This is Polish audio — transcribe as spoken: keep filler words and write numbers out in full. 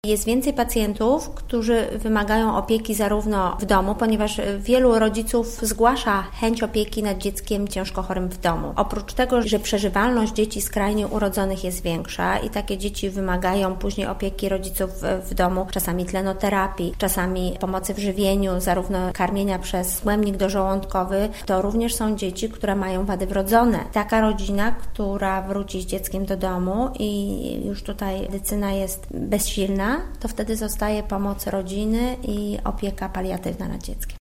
Jest więcej pacjentów, którzy wymagają opieki zarówno w domu, ponieważ wielu rodziców zgłasza chęć opieki nad dzieckiem ciężko chorym w domu. Oprócz tego, że przeżywalność dzieci skrajnie urodzonych jest większa i takie dzieci wymagają później opieki rodziców w domu, czasami tlenoterapii, czasami pomocy w żywieniu, zarówno karmienia przez płemnik dożołądkowy, to również są dzieci, które mają wady wrodzone. Taka rodzina, która wróci z dzieckiem do domu i już tutaj medycyna jest bezsilna, to wtedy zostaje pomoc rodziny i opieka paliatywna nad dzieckiem.